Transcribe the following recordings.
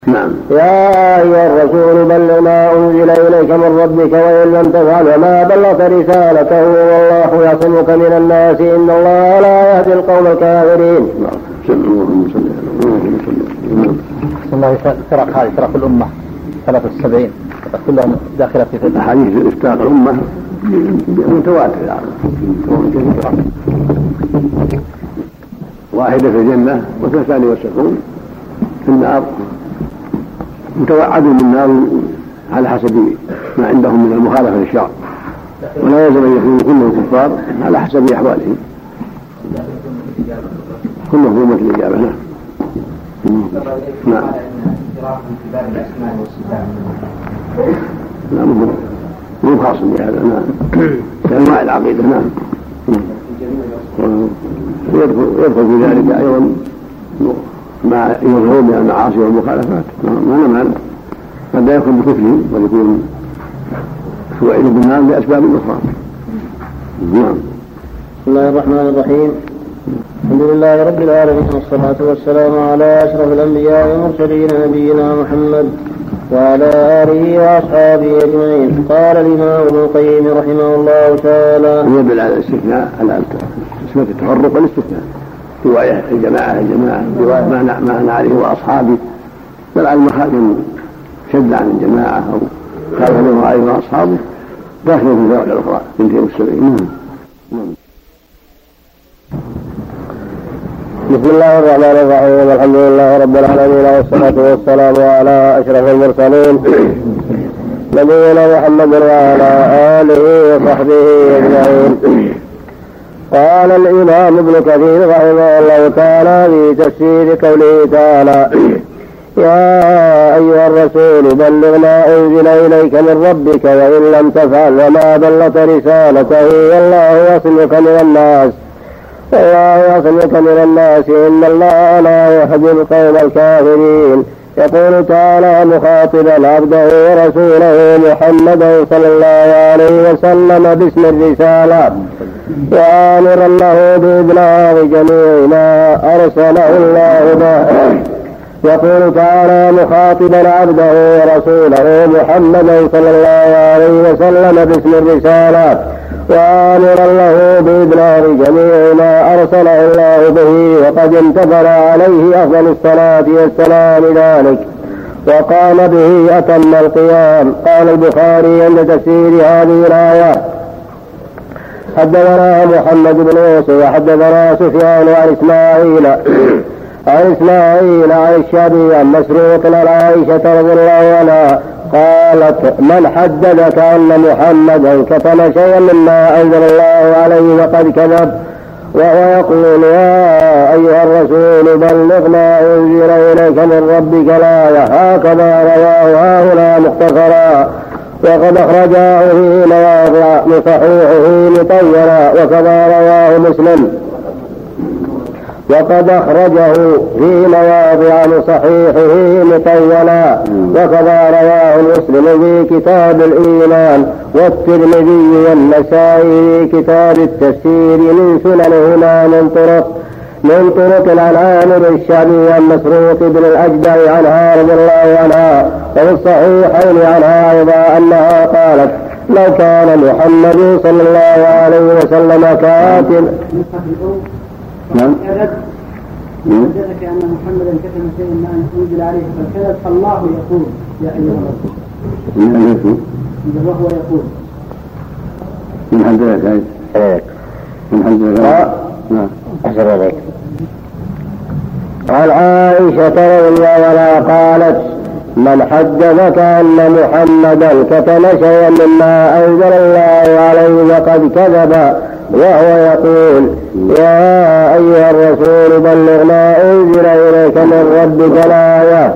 نعم. يا أيها الرسول بلغ ما أنزل إليك من ربك وإن لم تفعل وما بلغت رسالته والله يعصمك من الناس إن الله لا يهدي القوم الكافرين. الله فرق هذه فرق الأمة 73 كلهم داخلة في الحديث افتراق الأمة متواتر واحدة في الجنة وثلاثان والسبعون في النار متوعدون بالنار على حسب ما عندهم من المخالفة للشرع ولا يلزم أن يكونوا كلهم كفار على حسب أحوالهم كلهم في أمة الإجابة. نعم. نعم مو خاص بهذا. نعم كأنواع العقيدة. نعم ويدخل في ذلك أيضا ما يظهرون من المعاصي والمخالفات ما معنى قد لا يكون بكفرهم ويكون سوائل بالنار لأسباب أخرى. نعم. بسم الله الرحمن الرحيم. الحمد لله رب العالمين والصلاة والسلام على أشرف الأنبياء والمرسلين نبينا محمد وعلى آله وأصحابه أجمعين. قال الإمام ابن القيم رحمه الله تعالى يدل على الاستثناء على اسمة التفرق والاستثناء رواية الجماعة رواية ما أنا عليه وأصحابي بل على المخالف شد عن الجماعة أو خالف له عليه وأصحابه داخل في الفوائد الأخرى 72. بسم الله الرحمن الرحيم. الحمد لله رب العالمين والصلاة والسلام على أشرف المرسلين نبينا محمد وعلى آله وصحبه أجمعين. قال الإمام ابن كثير رحمه الله تعالى في تفسير قوله تعالى يا أيها الرسول بلغ ما أنزل إليك من ربك وإن لم تفعل وما بلغت رسالته والله يصلك من الناس إن الله لا يهدي القوم الكافرين. يقول تعالى مخاطبا عبده ورسوله محمدا صلى الله عليه وسلم باسم الرسالة وآمرا له بإبلاغ جميع ما أرسله الله به. يقول تعالى مخاطبا عبده ورسوله محمدا صلى الله عليه وسلم باسم الرسالة وآمرا له بإبلاغ جميع ما أرسله الله به وقد انتظر عليه أفضل الصلاة والسلام ذلك وقام به أتم القيام. قال البخاري عند تفسير هذه الآية حدثنا محمد بن يوسف وحدثنا سفيان عن إسماعيل عن الشعبي عن مسروق عن عائشة رضي الله عنها قالت من حدثك أن محمدا كتم شيئا مما أنزل الله عليه فقد كذب وهو يقول يا أيها الرسول بلغ ما أنزل إليك من ربك الآية هكذا رواه هنا مختصرا وقد أخرجاه في مواضع من صحيحه مطولا وكذا رواه مسلم في كتاب الإيمان والترمذي والنسائي في كتاب التفسير من سننهما من طرق عن عامر الشعبي عن مسروق بن الأجدع عنها رضي الله عنها وفي الصحيحين عنها أيضا أنها قالت لو كان محمد صلى الله عليه وسلم كاتب حدثك أن محمدا كتم شيئا ما أنزل عليه فكذب الله يقول يا أيها الرسول وهو يقول من حدثك أحسن عليك. عن عائشة رضي الله عنها قالت من حدثك أن محمدا كتم شيئا مما أنزل الله عليه فقد كذب وهو يقول يا أيها الرسول بلغ ما أنزل إليك من ربك الآية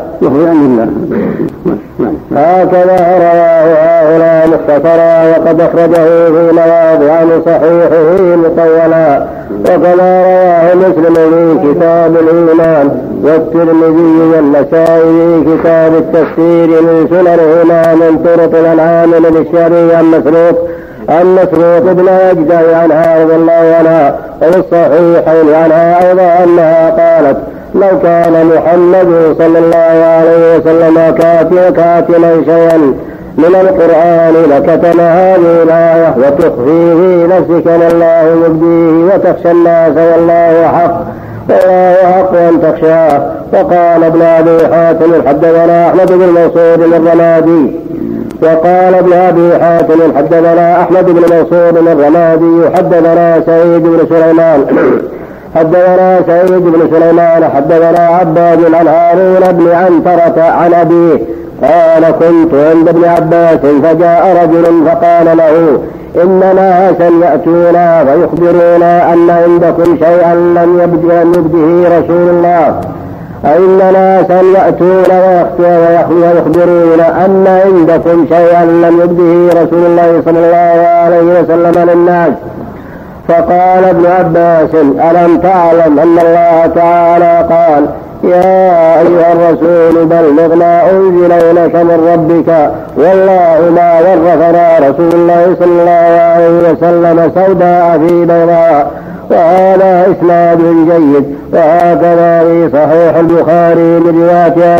هكذا رواه هنا مختصرا وقد أخرجه في مواضع من صحيحه مطولا وكما رواه مسلم في كتاب الإيمان والترمذي والنسائي في كتاب التفسير من سننهما من طرق عن عامر الشعبي عن مسروق بن الأجدع عنها رضي الله عنها وفي الصحيحين عنها أيضا أنها قالت لو كان محمد صلى الله عليه وسلم كاتما شيئا من القرآن لكتم هذه الآية وتخفي في نفسك ما الله يبديه وتخشى الناس والله حق أن تخشاه. وقال ابن أبي حاتم حدثنا أحمد بن منصور الرمادي حدثنا سعيد بن سليمان حدثنا عباد عن هارون بن عنترة عن أبيه قال كنت عند ابن عباس فجاء رجل فقال له إن ناسا يأتونا فيخبرونا أن عندكم شيئا لم يبده رسول الله أن ناسا يأتون ويخبرون أن عندكم شيئا لم يبده رسول الله صلى الله عليه وسلم للناس. فقال ابن عباس ألم تعلم أن الله تعالى قال يا أيها الرسول بلغ ما أنزل إليك من ربك والله ما ورثنا رسول الله صلى الله عليه وسلم سوداء في بيضاء. وهذا إسناد جيد. وهكذا في صحيح البخاري من رواية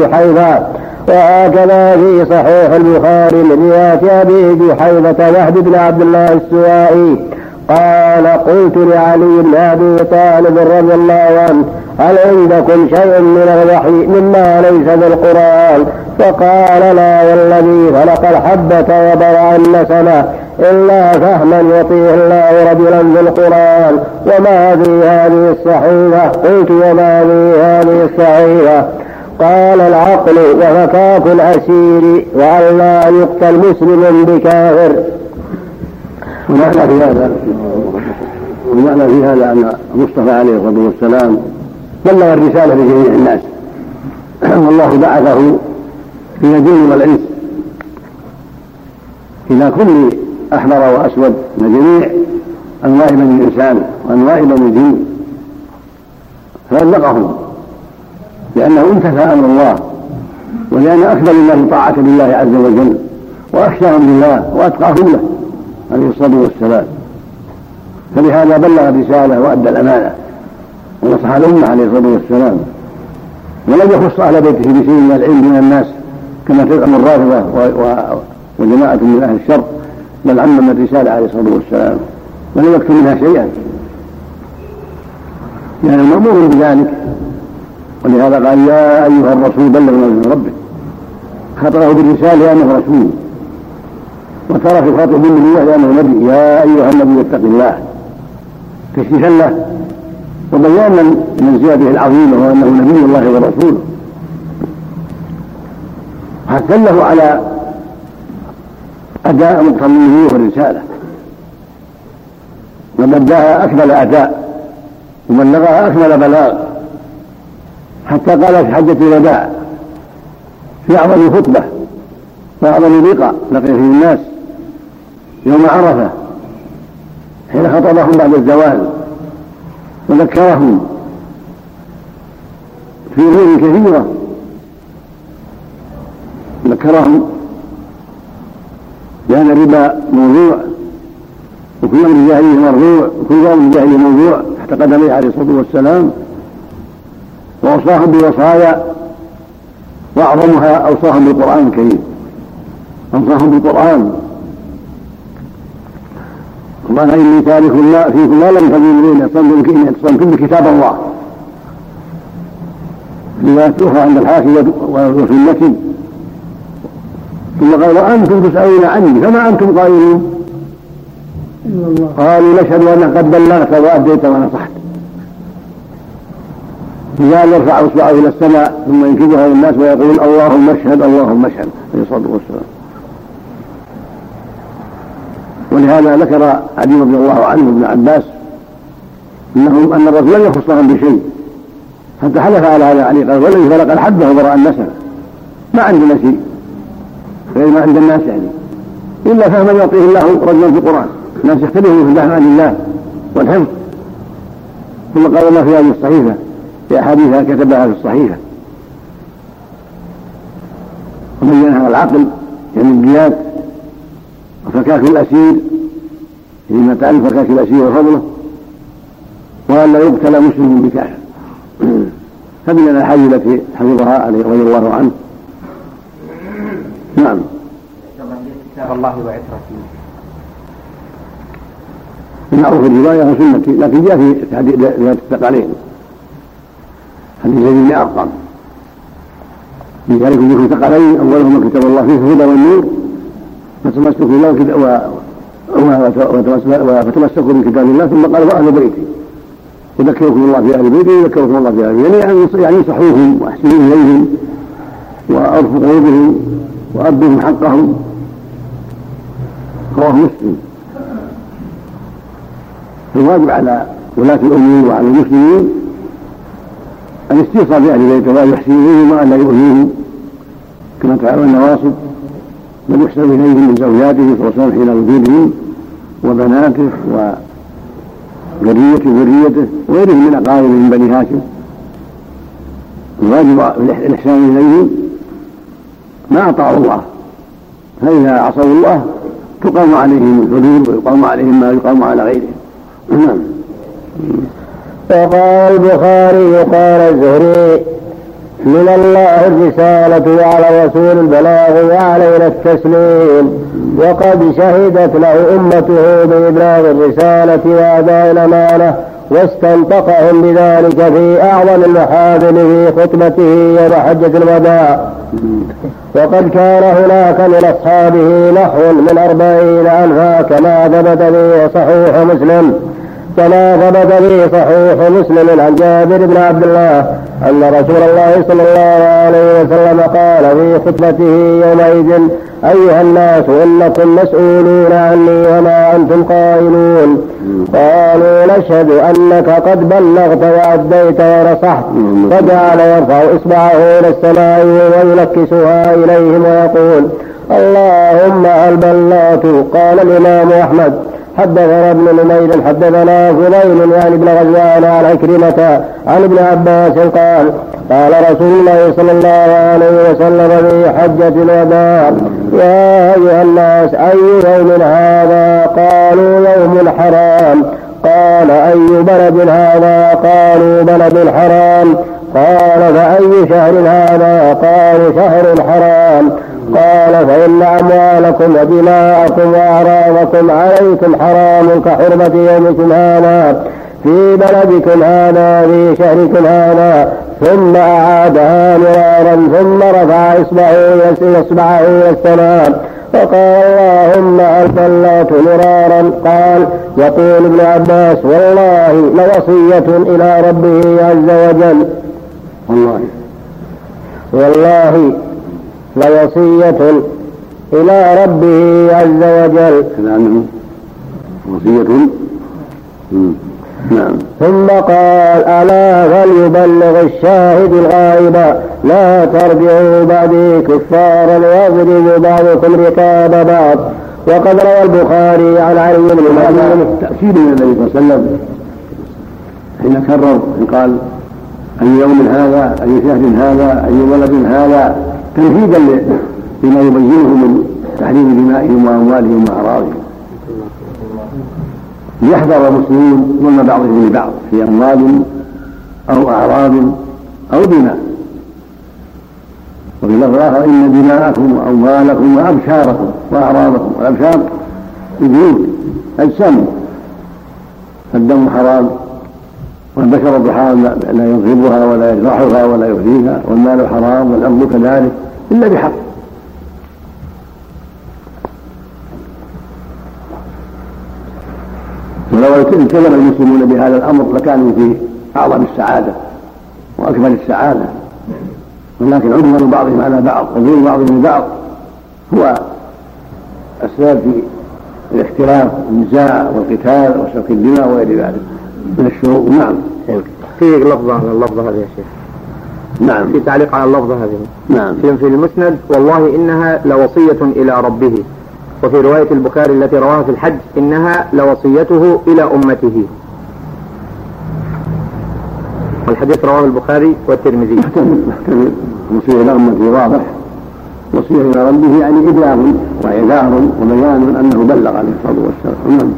أبي جحيفة وهب بن عبد الله السوائي قال قلت لعلي بن أبي طالب رضي الله عنه هل عندكم شيء من الوحي مما ليس بالقرآن؟ فقال لا والذي خلق الحبة وبرأ النسمة إلا فهما يطيع الله رجلا بالقرآن. وما في هذه الصحيفة؟ قلت وما في هذه الصحيفة؟ قال العقل وفكاك الأسير وأن لا يقتل مسلم بكافر. ومعنى في هذا أن المصطفى عليه الصلاة والسلام بلغ الرسالة لجميع الناس والله بعثه في الجن والإنس إلى كل أحمر وأسود من جميع أنواع بني الإنسان وأنواع بني الجن فبلغهم لأنه امتثل أمر الله ولأن أكبر الناس طاعة لله عز وجل وأخشاهم لله وأتقاهم له عليه الصلاة والسلام. فلهذا بلغ الرسالة وأدى الأمانة ونصح الأمة عليه الصلاة والسلام ولم يخص أهل بيته بشيء من العلم من الناس كما تزعم الرافضة وجماعة من أهل الشر بل عمم الرسالة عليه الصلاة والسلام ولم يكتم منها شيئا يعني مأمور بذلك. ولهذا قال يا أيها الرسول بلغ ما من ربك خطره بالرسالة لأنه رسول وترى في خاطب بالنبي لأنه نبي يا أيها النبي اتق الله تشريفا له وبيانا من زياده العظيمة وأنه نبي الله ورسوله حتى له على أداء مقتضى النبوة والرسالة وبداها أكمل أداء وبلغها أكمل بلاغ حتى قال في حجة الوداع في أعظم خطبة وأعظم لقاء لقي فيه الناس يوم عرفة حين خطبهم بعد الزوال وذكرهم في أمور كثيرة ذكرهم بأن الربا موضوع وكل أمر الجاهلية مرفوع وكل أمر الجاهلية موضوع تحت قدمه عليه الصلاة والسلام وأوصاهم بوصايا وأعظمها أوصاهم بالقرآن الكريم أوصاهم بالقرآن قال إني تارك فيكم ما لم تجدون اعتصمتم بكتاب الله. رواية أخرى عند الحاكم وفي المتن ثم قال وأنتم تسألون عني فما أنتم قائلون قالوا نشهد أنك قد بلغت وأديت ونصحت. لذلك يرفع اصبعه الى السماء ثم ينكبها للناس ويقول اللهم اشهد اللهم اشهد عليه الصلاه والسلام. ولهذا ذكر علي رضي الله عنه ابن عباس ان الرسول لم يخصهم بشيء حتى حلف على هذا علي قال والذي خلق الحبه وبرأ النسمه ما عندنا شيء غير ما عند الناس يعني الا فهما يعطيه الله رجلا في القران الناس يختلفون في الفهم عن الله والحفظ. ثم قال الله في هذه الصحيفه في أحاديث كتبها في الصحيفة وبينها العقل يعني الجياد وفكاك الأسير يعني ما تعرف فكاك الأسير وفضله وأن لا يقتل مسلم بكافر فمن الأحاديث التي حفظها عليه رضي الله عنه. نعم. كتاب الله وعترته معروف الرواية وسنتي، لكن جاء في رواية الثقلين حديث زيد بن أرقم لذلك ذكر ثقلين أولهما كتاب الله فيه الهدى والنور فتمسكوا بالله وتمسكوا بكتاب الله، ثم قال وأهل بيتي يذكركم الله في أهل بيتي يذكركم الله في أهل بيتي، يعني صحوهم وأحسنوا إليهم وأرفقوا بهم وأدوا حقهم. رواه مسلم. الواجب على ولاة الأمور وعلى المسلمين الاستيصال بأهل بيته ولا يحسن إليهم وأن لا يؤذيهم كما فعل النواصب، بل يحسن إليهم من زوجاته صلى الله عليه وسلم حين وجودهم وبناته وذريته وغيرهم من أقاربه من بني هاشم. الواجب الإحسان إليهم ما أطاعوا الله، فإذا عصوا الله تقام عليهم الحدود ويقام عليهم ما يقام على غيرهم. نعم. وقال البخاري قال الزهري من الله الرسالة وعلى الرسول البلاغ وعلينا التسليم، وقد شهدت له أمته بإبلاغ الرسالة وأداء الأمانة واستنطقهم بذلك في أعظم المحافل في خطبته يوم حجة الوداع. وقد كان هناك من أصحابه نحو من 40,000 كما ثبت به صحيح مسلم عن جابر بن عبد الله أن رسول الله صلى الله عليه وسلم قال في خطبته يومئذ أيها الناس إنكم مسؤولون عني وما أنتم قائلون. قالوا نشهد أنك قد بلغت وأديت ونصحت. فجعل يرفع إصبعه إلى السماء وينكسها إليهم ويقول اللهم هل بلغت؟ قال الإمام أحمد حدثنا ابن نمير حدثنا فليل يعني ابن غزوان عن عكرمة عن ابن عباس قال قال رسول الله صلى الله عليه وسلم في حجة الوداع يا أيها الناس أي يوم هذا؟ قالوا يوم حرام. قال أي بلد هذا؟ قالوا بلد حرام. قال فأي شهر هذا؟ قالوا شهر حرام. قال فإن أموالكم ودماءكم وأعراضكم عليكم حرام كحرمة يومكم هذا في بلدكم هذا في شهركم هذا. ثم أعادها مرارا ثم رفع إصبعه إلى السماء فقال اللهم هل بلغت مرارا؟ قال يقول ابن عباس والله لوصية إلى ربه عز وجل والله لوصية إلى ربه عز وجل. وصية. نعم. ثم قال ألا فليبلغ الشاهد الغائب لا ترجعوا بعدي كفارا ويضرب بعضكم رقاب بعض. وقد روى البخاري عن علي بن مسلم تأكيد من النبي صلى الله عليه وسلم حين كرر قال أي يوم هذا أي شهر هذا أي ولد هذا تنفيذا لما يبينه من تحريم دمائهم وأموالهم وأعراضهم، ليحذر المسلمين ظلم بعضهم لبعض في أموال أو أعراض أو دماء. وفي اللفظ الآخر إن دماءكم وأموالكم وأبشاركم وأعراضكم، والأبشار الجلود أجسام، فالدم حرام والبشرة حرام لا يضربها ولا يجرحها ولا يؤذيها، والمال حرام والأرض كذلك إلا بحق. ولو التزم المسلمون بهذا الأمر لكانوا في أعظم السعادة وأكمل السعادة، ولكن عدوان بعضهم على بعض وظلم بعضهم لبعض هو السبب في الاختلاف والنزاع والقتال وسفك الدماء وغير ذلك من الشرور. نعم. في اللفظة هذه يا شيخ. نعم. في تعليق على اللفظة هذه. نعم. في المسند والله إنها لوصية إلى ربه. وفي رواية البخاري التي رواها في الحج إنها لوصيته إلى أمته. والحديث رواه البخاري والترمذي. محتمل وصية إلى أمته واضح، وصية إلى ربه يعني إبلاغ وإعذار وبيان أنه بلغ عليه الصلاة والسلام.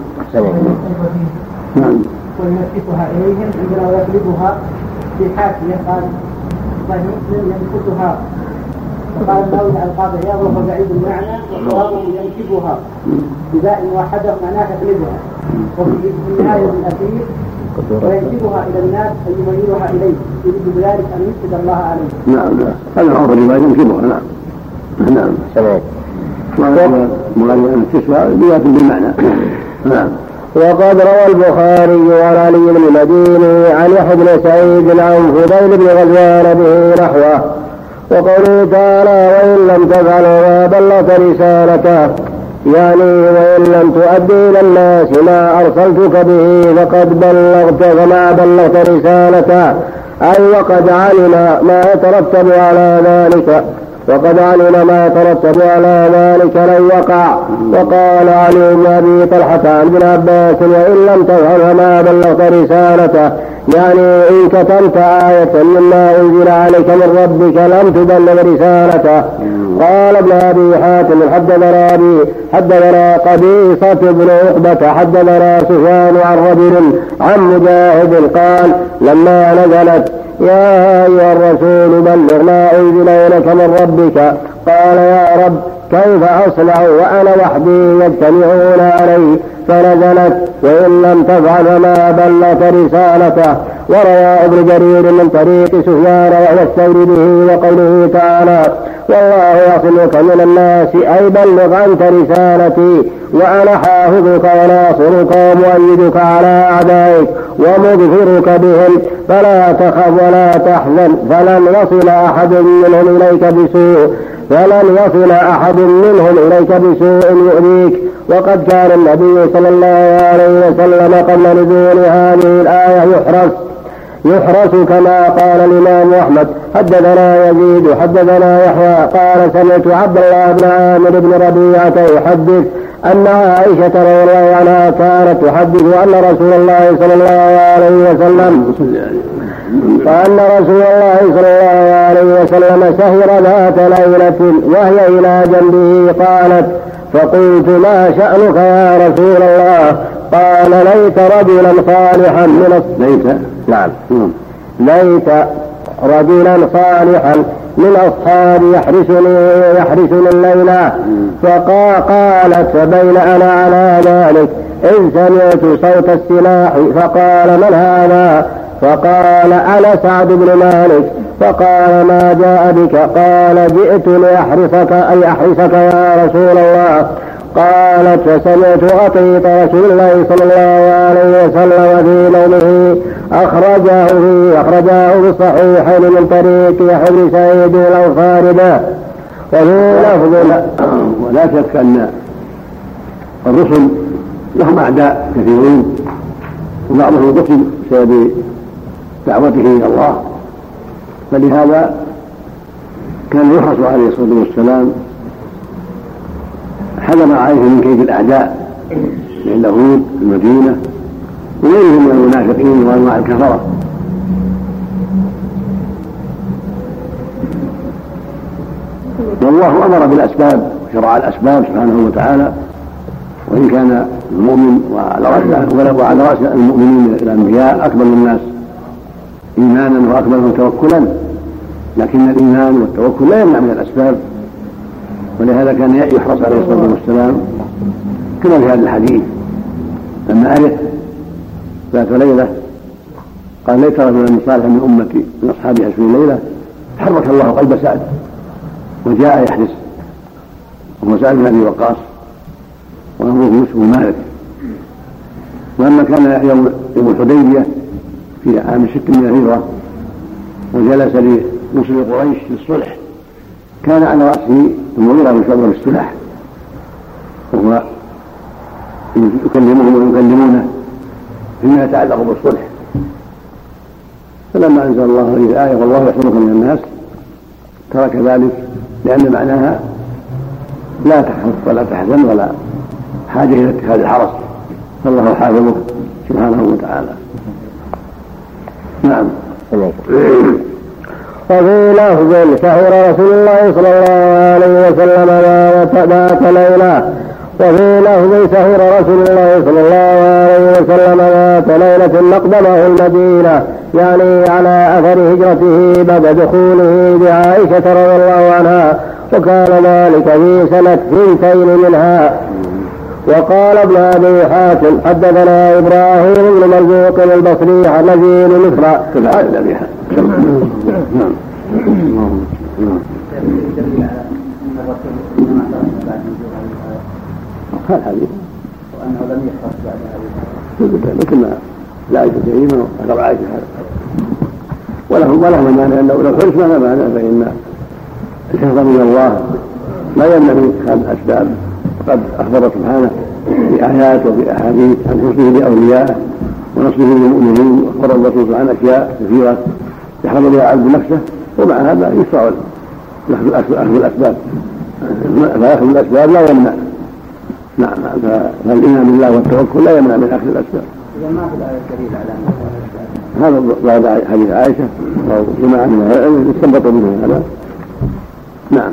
نعم. وينكسها إليهم عندما يطلبها في حاشية قال صحيح مسلم ينكتها. وقال النووي على القاضي عياض وهو بعيد المعنى وصوابه ينكبها بباء واحده معناه تقلبها. وفي النهايه الاخير وينكبها الى الناس ان يميلها اليه يريد بذلك ان يفسد الله عليه. نعم هذا عمر الروايه ينكبها. نعم سمعت. مغالبا الكسوة بيات بالمعنى. نعم. وقد روى البخاري عن علي بن المديني عن يحيى بن سعيد عن فضيل بن غزوان به نحوه. وقوله تعالى وإن لم تفعلوا ما بلغت رسالته، يعني وإن لم تؤدي إلى الناس ما أرسلتك به فقد بلغت وما بلغت رسالته، أي وقد علم ما يترتب على ذلك لن يقع. وقال علي بن أبي طلحة عن ابن عباس وإن لم تفعل ما بلغت رسالته، يعني إن كتمت آية مما أنزل عليك من ربك لم تبلغ رسالته. قال ابن أبي حاتم حدثنا قبيصة بن عقبة حدثنا سفيان عن رجل عن مجاهد قال لما نزلت يا أيها الرسول بلغ ما أنزل إليك من ربك، قال يا رب كيف أصنع وأنا وحدي يجتمعون علي، فنزلت وإن لم تفعل ما بلغت رسالته. وروى ابن جرير من طريق سفيان وهو الثوري به وقوله تعالى والله يصلك من الناس، أي بلغ أنت رسالتي وأنا حافظك وناصرك ومؤيدك على أعدائك ومغفرك بهم، فلا تخف ولا تحزن فلن يصل أحد منهم إليك بسوء يؤذيك. وقد كان النبي صلى الله عليه وسلم قبل نزول هذه الآية يحرس كما قال الإمام أحمد حدثنا يزيد حدثنا يحيى قال سمعت عبد الله بن عامر بن ربيعة يحدث أن عائشة رضي الله عنها كانت تحدث أن رسول الله صلى الله عليه وسلم سهر ذات ليلة وهي إلى جنبه، قالت فقلت ما شأنك يا رسول الله؟ قال ليت رجلا صالحا من أصحابي يحرسني الليلة. فقالت فبين أنا على ذلك إن سمعت صوت السلاح، فقال من هذا؟ فقال أنا سعد بن مالك. فقال ما جاء بك؟ قال جئت لأحرسك يا رسول الله. قالت فسمعت غطيط رسول الله صلى الله عليه وسلم في نومه أخرجاه بالصحيحين من طريق يحيى بن سعيد الأنصاري به. وفي لفظ ولا شك أن الرسل لهم أعداء كثيرون، وبعضهم قتل بسبب دعوته إلى الله، فلهذا كان يحرص عليه الصلاة والسلام حذر عليه من كيد الأعداء من اليهود في المدينة وغيرهم من المنافقين وأنواع الكفرة. والله أمر بالأسباب وشرع الأسباب سبحانه وتعالى، وإن كان المؤمن وعلى رأس المؤمنين الأنبياء أكبر الناس إيمانا وأكبرهم توكلا، لكن الإيمان والتوكل لا يمنع من الأسباب، ولهذا كان يحرص عليه الصلاة والسلام كما في هذا الحديث لما أرث ذات ليلة قال ليت رجلا صالحا من أمتي من أصحابي يحرسني الليلة، حرك الله قلب سعد وجاء يحرس، وهو سعد بن أبي وقاص وأبوه اسمه مالك. ولما كان يوم الحديبية في عام 6 من الهجرة وجلس لنصر قريش للصلح، كان على رأسه المغيرة بن شعبة بالسلاح، وهو يكلمهم ويكلمونه فيما يتعلق بالصلح. فلما أنزل الله هذه الآية والله يحفظك من الناس ترك ذلك، لأن معناها لا تخف ولا تحزن ولا حاجة إلى اتخاذ الحرس، فالله حافظك سبحانه وتعالى. نعم. وفي لفظ سهر رسول الله صلى الله عليه وسلم ذات ليلة وفي لفظ سهر رسول الله صلى الله عليه وسلم ذات ليلة نقدمه المدينة، يعني على أثر هجرته بعد دخوله بعائشة رضي الله عنها، وكان ذلك في سنة 2 منها. وقال ابن أبي حاتم حدثنا إبراهيم بن مرزوق البصري نزيل مصر. الحديث وأنه لم يختص بعد هذه مثل ما لا عائشة كريمة وأخبر عائشة ولهم مانع لو حرص ما مانع، فإن الحفظ من الله لا يمنع من اتخاذ الأسباب. وقد أخبر سبحانه بآيات وبأحاديث عن حسنه لأوليائه ونصره للمؤمنين، وأخبر الرسول سبحانه أشياء كثيرة يحفظ بها عبد نفسه، ومع هذا يشرع أخذ الأسباب، فأخذ الأسباب لا يمنع. نعم، فالإيمان بالله والتوكل لا يمنع من أخذ الأسباب. إذا ما في الآية الدليل على هذا بعد حديث عائشة أو جماعة من العلم يستنبط منه هذا. نعم.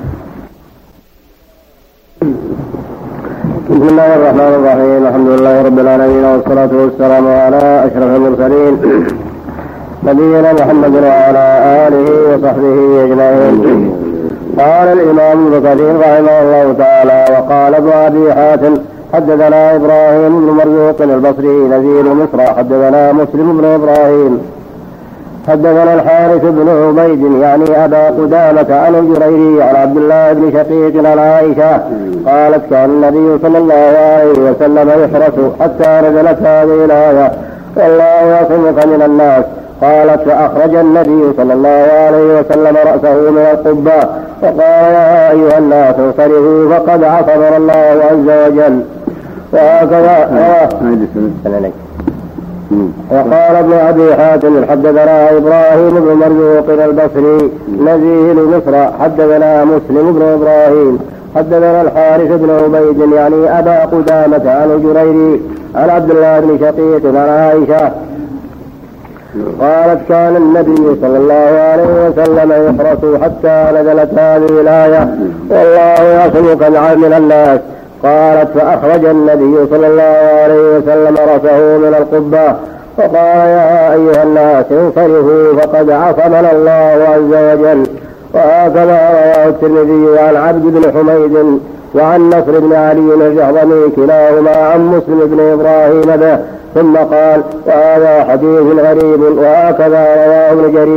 بسم الله الرحمن الرحيم، الحمد لله رب العالمين، والصلاة والسلام على أشرف المرسلين نبينا محمد وعلى آله وصحبه أجمعين. قال الإمام ابن كثير رحمه الله تعالى: وقال ابن أبي حاتم حدثنا إبراهيم بن مرزوق البصري نزيل مصر حدثنا مسلم بن إبراهيم حدثنا الحارث بن عبيد يعني أبا قدامة عن الجريري عن عبد الله بن شقيق عن عائشة قالت: كان النبي صلى الله عليه وسلم يحرس حتى نزلت هذه الآية: والله يعصمك من الناس. قالت: فأخرج النبي صلى الله عليه وسلم رأسه من القبة وقال: يا أيها الناس انصرفوا فقد عصمنا الله عز وجل. وقال ابن أبي حاتم حدثنا إبراهيم بن مرزوق البصري نزيل مصر حدثنا مسلم بن إبراهيم حدثنا الحارث بن عبيد يعني أبا قدامة عن الجريري عن عبد الله بن شقيق عن عائشة قالت: كان النبي صلى الله عليه وسلم يحرس حتى نزلت هذه الآية: والله يعصمك من الناس. قالت: فأخرج النبي صلى الله عليه وسلم رأسه من القبة وقال: يا أيها الناس انصرفوا فقد عصمنا الله عز وجل. وهكذا رواه الترمذي عن عبد بن حميد وعن نصر بن علي الجهضمي كلاهما عن مسلم بن إبراهيم به، ثم قال: وهذا حديث غريب. وهكذا رواه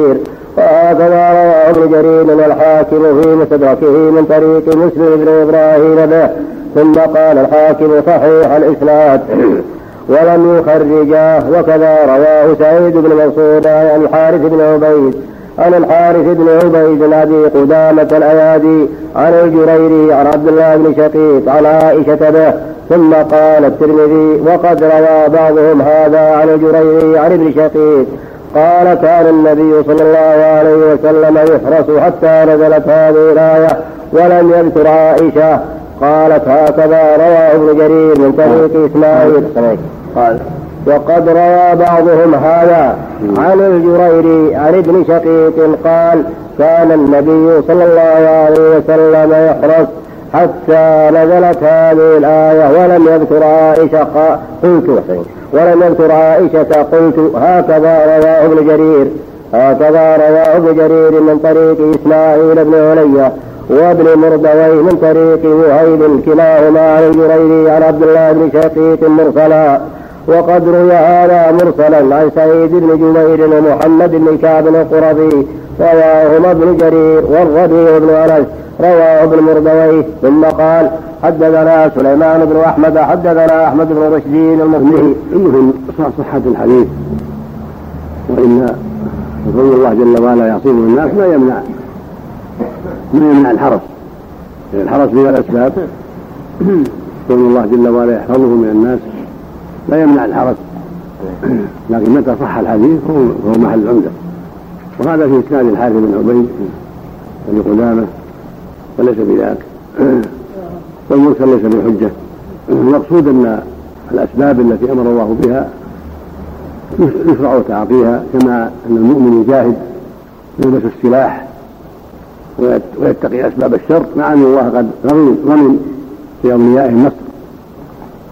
ابن جرير والحاكم في مستدركه من طريق مسلم بن إبراهيم به، ثم قال الحاكم صحيح الإسناد ولم يخرجاه. وكذا رواه سعيد بن منصور عن الحارث بن عبيد أبي قدامة الأيادي عن الجريري عن عبد الله بن شقيق عن عائشة به. ثم قال الترمذي: وقد روى بعضهم هذا عن الجريري عن ابن شقيق قال: كان النبي صلى الله عليه وسلم يحرس حتى نزلت هذه الآية ولم يذكر عائشة. قالت: هكذا رواه ابن جرير من طريق إسماعيل. قال: وقد روى بعضهم هذا عن الجريري عن ابن شقيق قال: كان النبي صلى الله عليه وسلم يحرس حتى نزلت هذه الآية ولم يذكر عائشة. قلت: هكذا رواه ابن جرير من طريق إسماعيل بن علي وابن مردويه من طريق وهيب كلاهما عن الجريري عن عبد الله بن شقيق مرسلا. وقد روي هذا مرسلا عن سعيد بن جبير ومحمد بن كعب القرظي رواهما ابن جرير، والربيع بن أنس رواه ابن مردويه. ثم قال: حدثنا سليمان بن أحمد حدثنا أحمد بن رشدين المصري. إنه صحة الحديث، وإن رسول الله جل وعلا يعصمه الناس ما يمنع الحرس. الحرس من الأسباب، رسول الله جل وعلا يحفظه من الناس لا يمنع الحرس، لكن متى صح الحديث فهو محل العمدة. وهذا في إسناد الحارث بن عبيد بن قدامة وليس بذاك، والمرسل ليس بحجة. المقصود أن الأسباب التي أمر الله بها يشرع تعاطيها، كما أن المؤمن يجاهد يلبس السلاح ويتقي أسباب الشر، مع أن الله قد ضمن لأوليائه النصر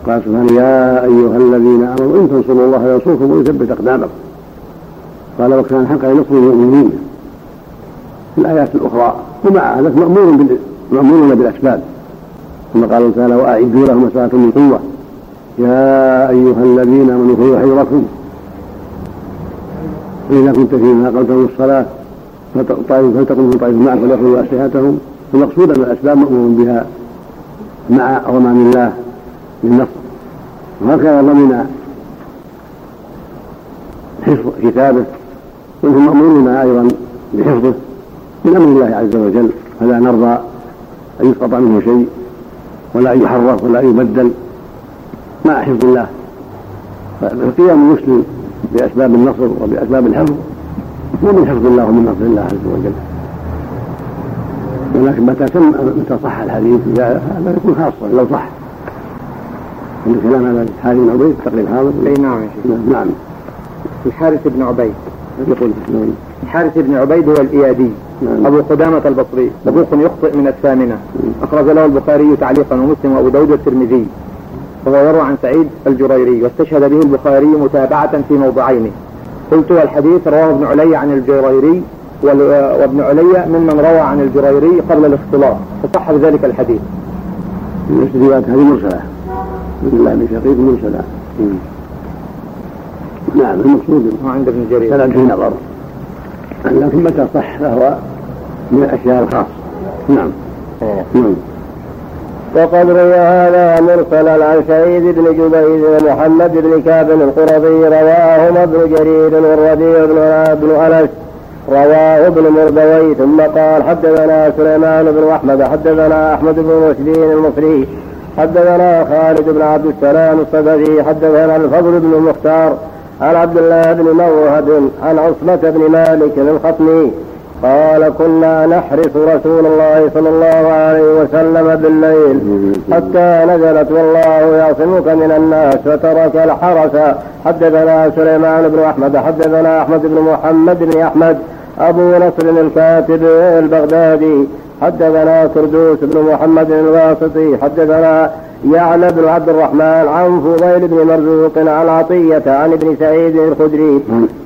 قال سبحانه يا أيها الذين آمنوا إن تنصروا الله ينصركم ويثبت أقدامكم. قال وكان حقا نصر المؤمنين في الآيات الأخرى. ومع ذلك مأمورون بالأسباب كما قال تعالى وأعدوا لهم ما استطعتم من قوة يا أيها الذين آمنوا خذوا حذركم فإذا كنت فيما أقمتم الصلاة فلتقم طائفة معك فليأخذوا أسلحتهم. المقصود أن الأسباب مأمور بها مع ضمان الله للنصر. وهكذا ضمن حفظ كتابه وانهم مأمورون أيضا بحفظه من أمر الله عز وجل. فلا نرضى أن يسقط منه شيء ولا يحرف ولا يبدل مع حفظ الله. فقيام المسلم بأسباب النصر وبأسباب الحفظ هو من حفظ الله ومن نصر الله عز وجل. ولكن متى صح الحديث هذا يكون خاصا لو صح. عند كلام على الحارث بن عبيد تقريب حاضر. اي نعم يا شيخ. نعم. الحارث بن عبيد يقول الحارث بن عبيد هو الإيادي أبو قدامة البصري صدوق يخطئ من الثامنة. أخرج له البخاري تعليقا ومسلم وأبو داود والترمذي. وهو يروى عن سعيد الجريري واستشهد به البخاري متابعة في موضعين. قلت والحديث رواه ابن علي عن الجريري وابن علي ممن روى عن الجريري قبل الاختلاط فصح بذلك الحديث. الروايات هذه مرسلة بالله بن شقيق مرسلة. نعم المقصود عند ابن جرير فلا في نظر لكن متى صح فهو من الأشياء الخاصة. نعم. وقد روى هذا مرسلا عن سعيد بن جبير ومحمد بن كعب القرظي رواهما ابن جرير والربيع بن أنس رواه ابن مردوي ثم قال حدثنا سليمان بن أحمد حدثنا أحمد بن رشدين المصري حدثنا خالد بن عبد السلام الصدفي حدثنا الفضل بن المختار عن عبد الله بن موهب عن عصمة بن مالك الخطمي قال كنا نحرس رسول الله صلى الله عليه وسلم بالليل حتى نزلت والله يعصمك من الناس فترك الحرس. حدثنا سليمان بن أحمد حدثنا أحمد بن محمد بن أحمد أبو نصر الكاتب البغدادي حدثنا كردوس بن محمد الواسطي حدثنا يعلى بن عبد الرحمن عن فضيل بن مرزوق عن عطية عن ابن سعيد الخدري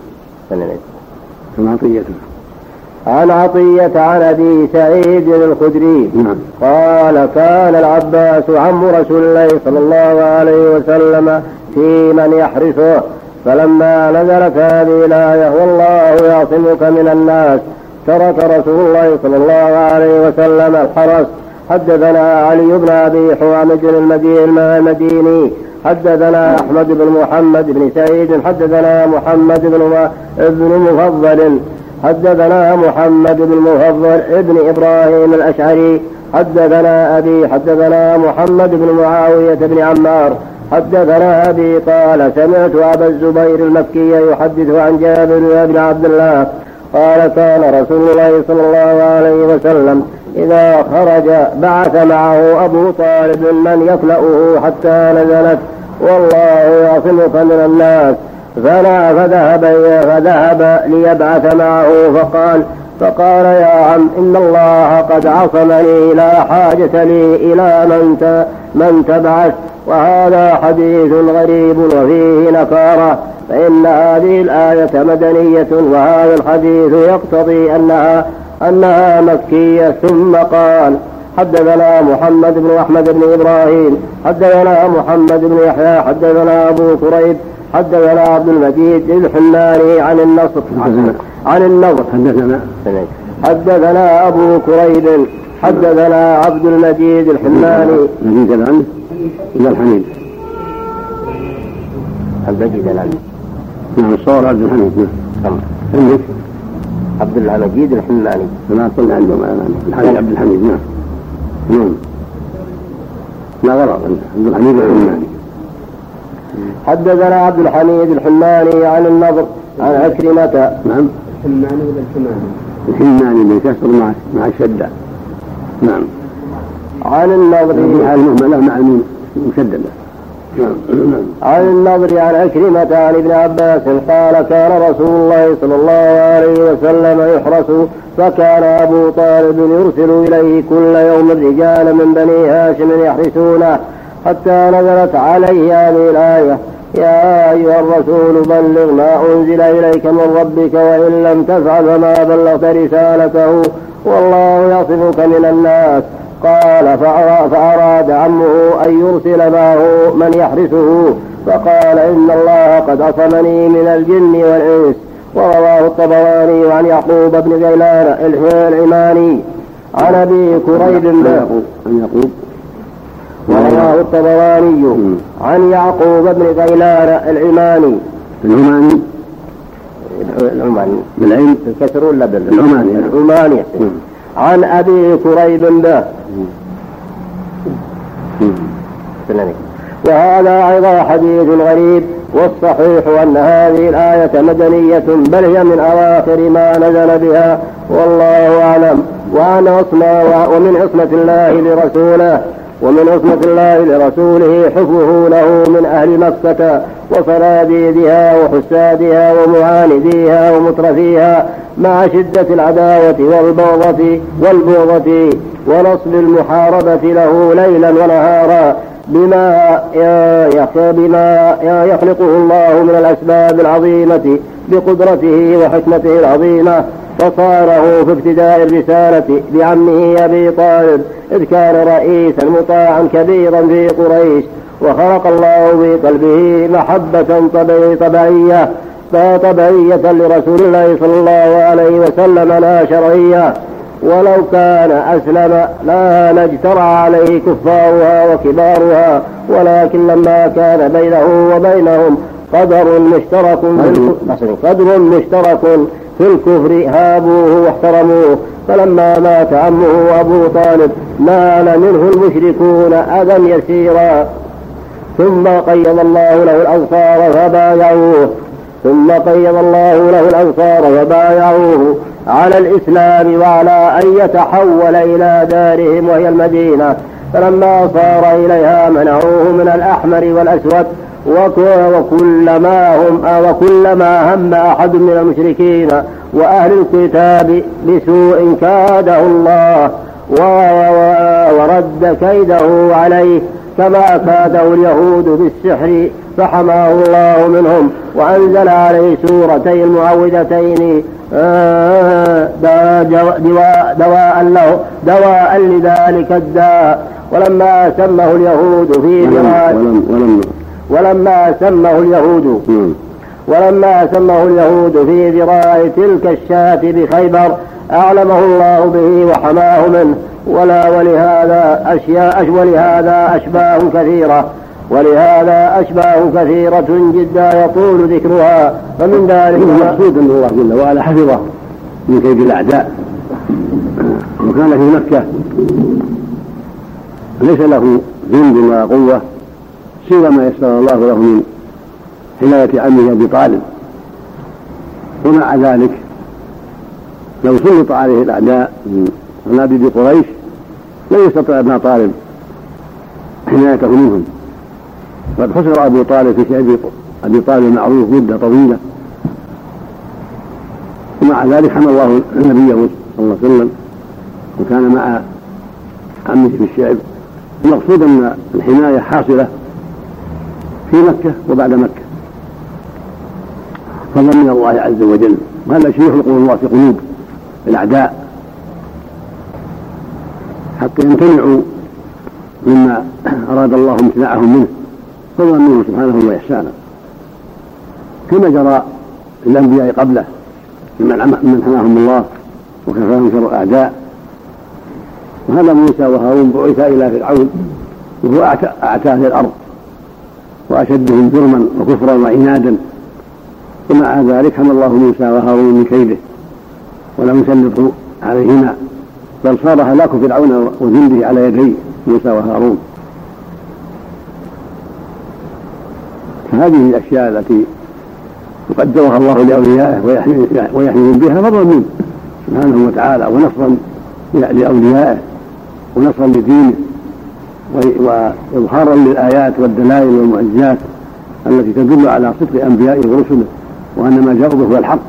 عن عطية عن أبي سعيد الخدري قال كان العباس عم رسول الله صلى الله عليه وسلم في من يحرسه فلما نزلت هذه الآية والله يعصمك من الناس ترك رسول الله صلى الله عليه وسلم الحرس. حدثنا علي بن أبي حامد المديني حدثنا أحمد بن محمد بن سعيد حدثنا محمد بن مفضل حدثنا محمد بن مفضل ابن إبراهيم الأشعري حدثنا أبي حدثنا محمد بن معاوية بن عمار حدثنا أبي قال سمعت أبا الزبير المكي يحدث عن جابر بن عبد الله قال كان رسول الله صلى الله عليه وسلم إذا خرج بعث معه أبو طالب من يكلأه حتى نزلت والله يعصمك من الناس فذهب ليبعث معه فقال يا عم إن الله قد عصمني لا حاجة لي إلى من تبعث. وهذا حديث غريب وفيه نكارة فإن هذه الآية مدنية وهذا الحديث يقتضي أنها مكية. ثم قال حدثنا محمد بن أحمد بن إبراهيم حدثنا محمد بن يحيى حدثنا أبو كريب حدثنا عبد المجيد الحماني عن النضر حدثنا أبو كريب حدثنا عبد المجيد الحماني نعم الصور عبد الحميد عبد المجيد الحماني ما صلى عنده الحميد عبد الحميد نعم لا غلط عبد الحميد الحماني حدثنا عبد الحميد الحماني عن النضر عن عكرمة نعم الحماني ولا الحماني بالكسر مع الشدة نعم عن النضر على المهملة مع المشددة عن النضر عن عكرمة عن ابن عباس قال كان رسول الله صلى الله عليه وسلم يحرس فكان أبو طالب يرسل إليه كل يوم الرجال من بني هاشم يحرسونه حتى نزلت عليه هذه الآية: يا أيها الرسول بلغ ما أنزل إليك من ربك وإن لم تفعل فما بلغت رسالته والله يصفك من الناس. قال: فأراد عمه أن يرسل معه من يحرسه، فقال: إن الله قد عصمني من الجن والإنس. ورواه الطبراني عن يعقوب بن غيلان العماني عن أبي كريب ورواه الطبراني عن يعقوب بن غيلان العماني بالعين الكسر ولا العماني عن أبي كريب به. وهذا أيضا حديث غريب، والصحيح أن هذه الآية مدنية، بل هي من أواخر ما نزل بها والله أعلم. ومن عصمة الله لرسوله حفظه له من أهل مكة وصناديدها وحسادها ومعانديها ومترفيها مع شدة العداوة والبغضة ونصب المحاربة له ليلا ونهارا بما يخلقه الله من الأسباب العظيمة بقدرته وحكمته العظيمة. فصاره في ابتداء الرسالة بعمه أبي طالب، إذ كان رئيسا مطاعا كبيرا في قريش، وخلق الله في قلبه محبة طبيعية لرسول الله صلى الله عليه وسلم لا شرعية. ولو كان أسلم لا اجترى عليه كفارها وكبارها، ولكن لما كان بينه وبينهم قدر مشترك في الكفر هابوه واحترموه. فلما مات عمه أبو طالب نال منه المشركون أذى يسيرا، ثم قيض الله له الأنصار فبايعوه على الإسلام وعلى أن يتحول إلى دارهم وهي المدينة. فلما صار إليها منعوه من الأحمر والأسود، وكلما هم أحد من المشركين وأهل الكتاب بسوء كاده الله ورد كيده عليه، كما كاده اليهود بالسحر فحماه الله منهم، وأنزل عليه سورتي المعوذتين دواء لذلك الداء. ولما سمه اليهود في ذراع تلك الشاة بخيبر أعلمه الله به وحماه منه. ولهذا أشباه كثيرة جدا يطول ذكرها. فمن ذلك المقصود أن الله جل وعلا حفظه من كيد الأعداء، وكان في مكة ليس له جند ولا قوة سوى ما يسر الله له من حماية عمه أبي طالب. ومع ذلك لو سلط عليه الأعداء من صناديد قريش لن يستطيع ابن طالب حمايته منهم. قد خسر أبو طالب في شعب أبي طالب معروف مدة طويلة، ومع ذلك حمى الله نبيه صلى الله عليه وسلم وكان مع عمه في الشعب. المقصود أن الحماية حاصلة في مكة وبعد مكة، فضلا من الله عز وجل. وهذا شيء يخلقه الله في قلوب الأعداء حتى يمتنعوا مما أراد الله امتناعهم منه، فضلا منه سبحانه وإحسانا، كما جرى الأنبياء قبله من حماهم الله وكفاهم شر الأعداء. وهذا موسى وهارون بعث إلى فرعون وهو أعتاه الأرض وأشدهم جرما وكفرا وعنادا، ومع ذلك حمى الله موسى وهارون من كيده ولم يسلطوا عليهما، بل صار هلاك فرعون وجنده على يدي موسى وهارون. فهذه الأشياء التي يقدرها الله لأوليائه ويحميهم بها فضلا منه سبحانه وتعالى، ونصرا لأوليائه ونصرا لدينه وإظهارا للآيات والدلائل والمعجزات التي تدل على صدق أنبيائه ورسله وأن ما جاءوا به هو الحق.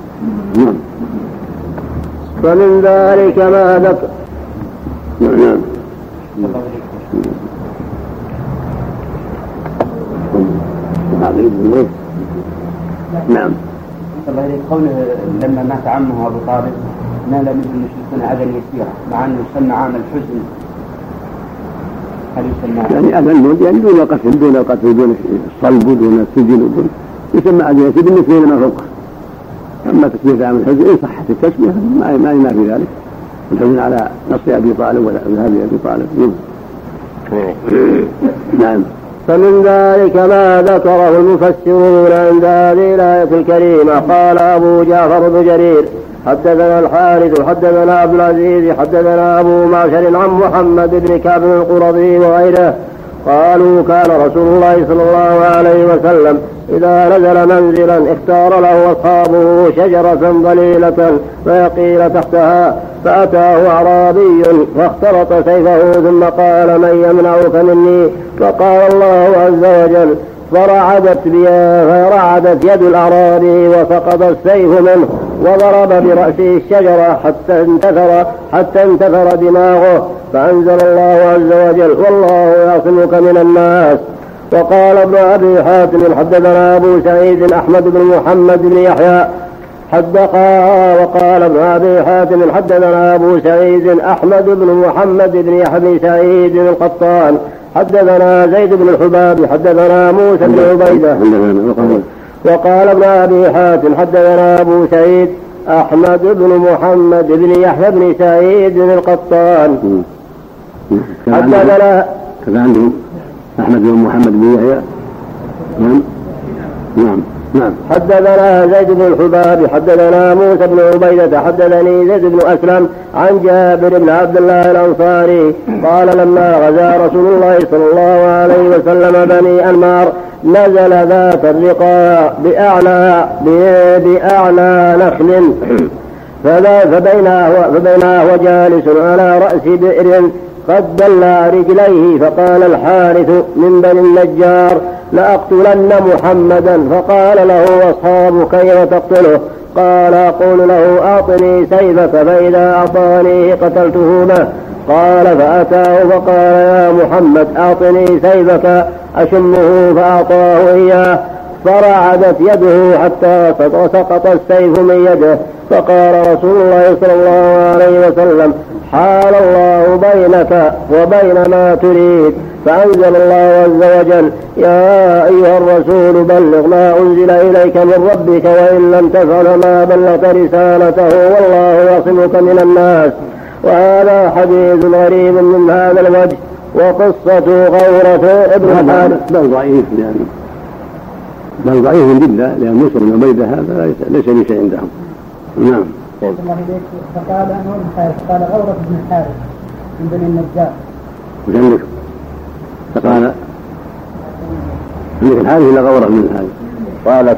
فمن ذلك ما ذكر عقيد الموت. نعم. الله إليك قوله لما مات عمه أبو طالب نال منه المشركون أذى يسيرا مع أنه يسمى عام الحزن، هل يسمى يعني أذى الموت يعني دون قتل دون الصلب دون السجن يسمى أذى يسير بالنسبة لما فوقه. أما تسمية عام الحزن إن صحت التسمية ما في ذلك، الحزن على نص أبي طالب وذهاب أبي طالب. نعم. فمن ذلك ما ذكره المفسرون عند هذه الآية الكريمة. قال أبو جعفر بن جرير حدثنا الحارث حدثنا عبد العزيز حدثنا أبو معشر عن محمد بن كعب القرظي وغيره قالوا كان رسول الله صلى الله عليه وسلم إذا نزل منزلا اختار له أصحابه شجرة ضليلة فيقيل تحتها، فأتاه أعرابي فاخترط سيفه ثم قال من يمنعك مني؟ فقال الله عز وجل فرعدت يد الأعرابي وسقط السيف منه وضرب برأسه الشجرة حتى انتثر دماغه، فأنزل الله عز وجل والله يعصمك من الناس. وقال ابن أبي حاتم حدثنا أبو سعيد أحمد بن محمد بن يحيى وقال ابن أبي حاتم حدثنا أبو سعيد أحمد بن محمد بن يحيى بن سعيد القطان حدثنا زيد بن الحباب حدثنا موسى بن عبيدة. وقال ابن أبي حاتم حدثنا أبو سعيد أحمد بن محمد بن يحيى بن سعيد القطان حدثنا كذا عندهم أحمد بن محمد بن يحيى. نعم. حدثنا زيد بن الحباب حدثنا موسى بن عبيدة حدثني زيد بن أسلم عن جابر بن عبد الله الأنصاري قال لما غزا رسول الله صلى الله عليه وسلم بني أنمار نزل ذات الرقاء بأعلى نخل فبينها هو جالس على رأس بئر قد دلى رجليه، فقال الحارث من بني النجار لأقتلن محمدا، فقال له أصحابه كيف تقتله؟ قال أقول له أعطني سيفك فإذا أعطانيه قتلته به. قال فأتاه فقال يا محمد أعطني سيفك أشمه، فأعطاه إياه فرعدت يده حتى سقط السيف من يده. فقال رسول الله صلى الله عليه وسلم حال الله بينك وبين ما تريد. فأنزل الله عز وجل يا أيها الرسول بلغ ما أنزل إليك من ربك وإن لم تفعل ما بلغت رسالته والله يعصمك من الناس. وهذا حديث غريب من هذا الوجه. وقصة غورة ابن الحارث بل ضعيف جدا لأن موسى بن عبيدة هذا ليس بشيء عندهم. نعم. فقال أنه الحارث قال غورة بن الحارث من بني النجار. وجنك فقال عندك الحارث إلى غورة من الحارث قال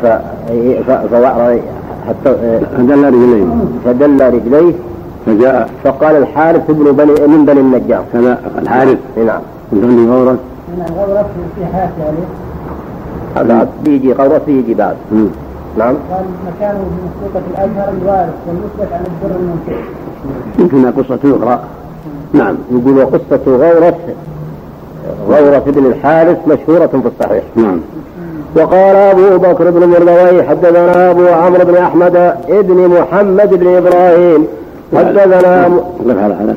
فدل رجليه فجاء فقال الحارث من بني النجار كذا الحارث. نعم. كنت عندي غورة. غورة في حياتي عليه هذا بيجي غورة بيجي بعد. نعم. قال مكانه في مسلوقة الأزهر الوارث والمثبت عن الدر المنصور. يمكنها قصة أخرى. نعم. يقول قصة غورة بن الحارث مشهورة في الصحيح. نعم. وقال أبو بكر بن مردوي حدثنا أبو عمرو بن أحمد ابن محمد بن إبراهيم حدثنا على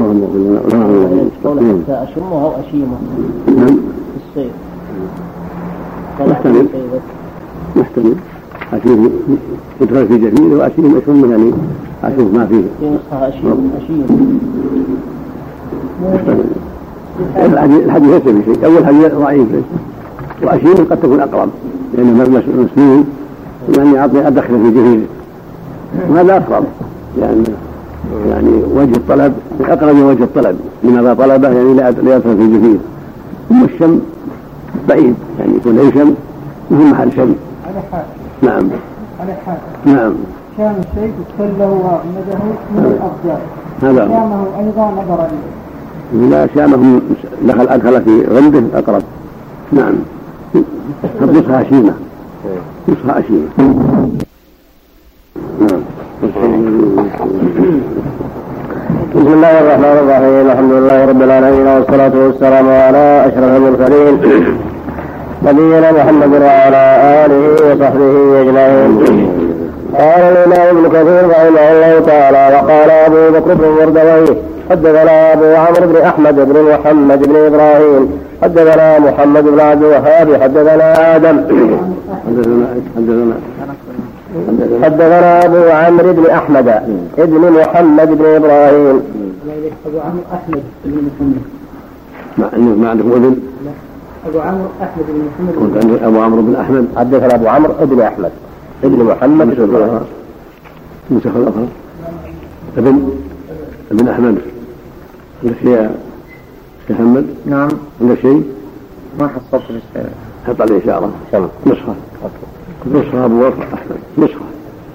أشمه أو أشيمه الصيف محتمل أشوف يدخل في جميل وأشيم أشم يعني أشوف ما فيه في نسخة أشيم الحديث ليس بشيء. أول حديث ضعيف وأشيم قد تكون أقرب لأنه مسنون يعني أدخل في جميل وهذا أقرب يعني وجه الطلب أقرب وجه الطلب لماذا طلبه يعني لا يدخل في جميل. ثم الشم بعيد يعني يكون أي شم وهم محل شم. نعم. نعم. كان الشيء استله ومده من الأفضل. هذا شامه أيضا نظر إليه. لا شامه أدخل في غمده أقرب. نعم. نسخة أشيمة. نعم. بسم الله الرحمن الرحيم. الحمد لله رب العالمين والصلاة والسلام على أشرف المرسلين نبينا محمد وعلى آله وصحبه أجمعين. قال الإمام ابن كثير رحمه الله تعالى وقال أبو بكر بن مردويه حدثنا أبو عمرو بن أحمد بن محمد بن إبراهيم حدثنا محمد بن عبد الوهاب حدثنا آدم حدثنا أبو عمرو بن أحمد بن محمد بن إبراهيم. أبو عمرو أحمد بن محمد ما عندكم ابن؟ أبو عمرو أحمد بن محمد. كنت أبو عمرو بن أحمد. حدثنا أبو عمرو بن أحمد ابن محمد بن إبراهيم. نسخ الآخر ابن أحمد. عندك شيء يا محمد؟ نعم. عندك شيء؟ ما حصلت الشيء. حط عليه إشارة. نسخة أبو بكر أحمد نسخة.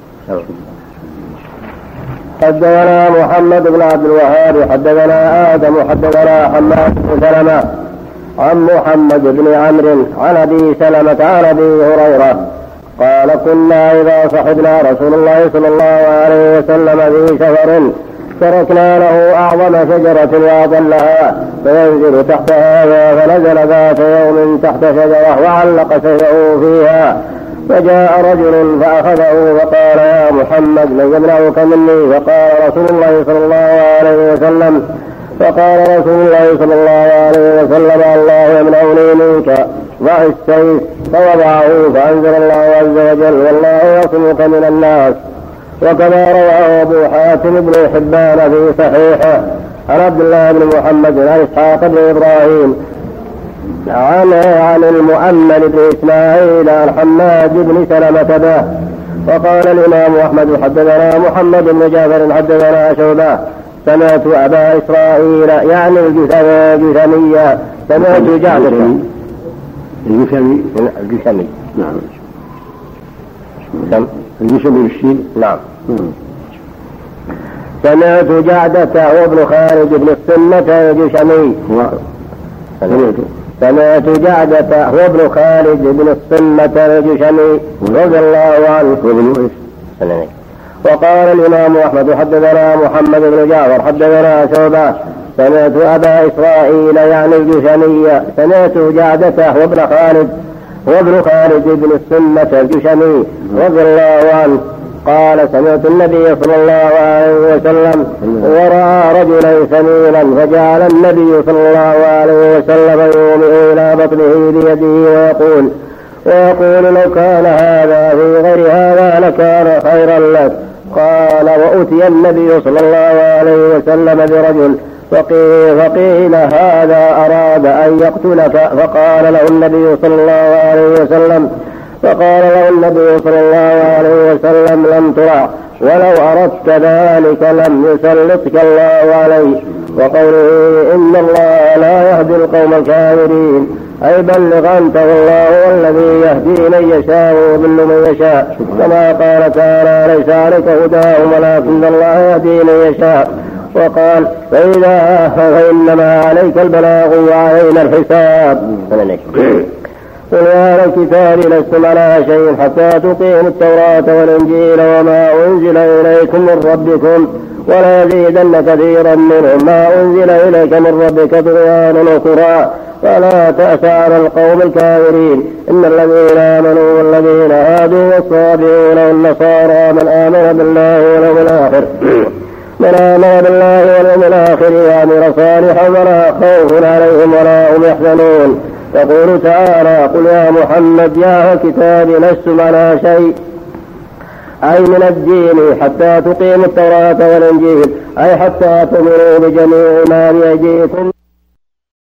حدثنا محمد بن عبد الوهاب حدثنا آدم حدثنا حماد بن سلمة عن محمد بن عمرو عن أبي سلمة عن أبي هريرة قال كنا إذا صحبنا رسول الله صلى الله عليه وسلم في سفر تركنا له أعظم شجرة وأضلها فينزل تحتها فنزل ذات يوم تحت شجرة وعلق سيفه فيها فجاء رجل فأخذه فقال يا محمد من يمنعك مني؟ فقال رسول الله صلى الله عليه وسلم الله يمنعني منك ضع السيف فوضعه فأنزل الله عز وجل والله يعصمك من الناس. وكما رواه أبو حاتم بن حبان في صحيحه عن عبد الله بن محمد عن إسحاق بن إبراهيم عن المؤمل بن إسماعيل عن حماد بن سلمة به. وقال الإمام أحمد حدثنا محمد بن جعفر حدثنا شعبة سمعت أبا إسرائيل يعني الجثمية سمعت جعدة الجثمي نعم الجثمي بالشين نعم سمعت جعدة وابن خالد بن السنة الجشمي سمعت جعدة وابن خالد بن السنة الجشمي رضي الله عنه. وقال الإمام أحمد حدثنا محمد بن جعفر حدثنا شعبة سمعت أبا إسرائيل يعني الجشمية سمعت جعدة وابن خالد بن السنة الجشمي رضي الله عنه قال سمعت النبي صلى الله عليه وسلم ورأى رجلا سمينا فجعل النبي صلى الله عليه وسلم يومئ إلى بطنه بيده ويقول لو كان هذا في غير هذا لكان خيرا لك. قال وأتي النبي صلى الله عليه وسلم برجل فقيل هذا أراد أن يقتلك فقال له النبي صلى الله عليه وسلم لم ترع ولو أردت ذلك لم يسلطك الله عليه. وقوله إن الله لا يهدي القوم الكافرين أي بلغ أنت والله والذي يهدي من يشاء ويضل من يشاء كما قال تعالى ليس عليك هداهم ولكن الله يهدي من يشاء. وقال فإنما عليك البلاغ وعلينا الحساب. قل يا الكتاب لستم على شيء حتى تقيموا التوراة والإنجيل وما أنزل إليكم من ربكم ولا يزيدن كثيرا منهم ما أنزل إليك من ربك طغيانا وكفرا فلا تأس على القوم الكافرين. إن الذين آمنوا والذين هادوا والصابئون والنصارى من آمن بالله واليوم الآخر وعمل صالحا ولا خوف عليهم ولا هم يحزنون. يقول تعالى قل يا محمد يا الكتاب لستم على شيء أي من الدين حتى تقيموا التوراة والإنجيل أي حتى تؤمنوا بجميع ما بأيديكم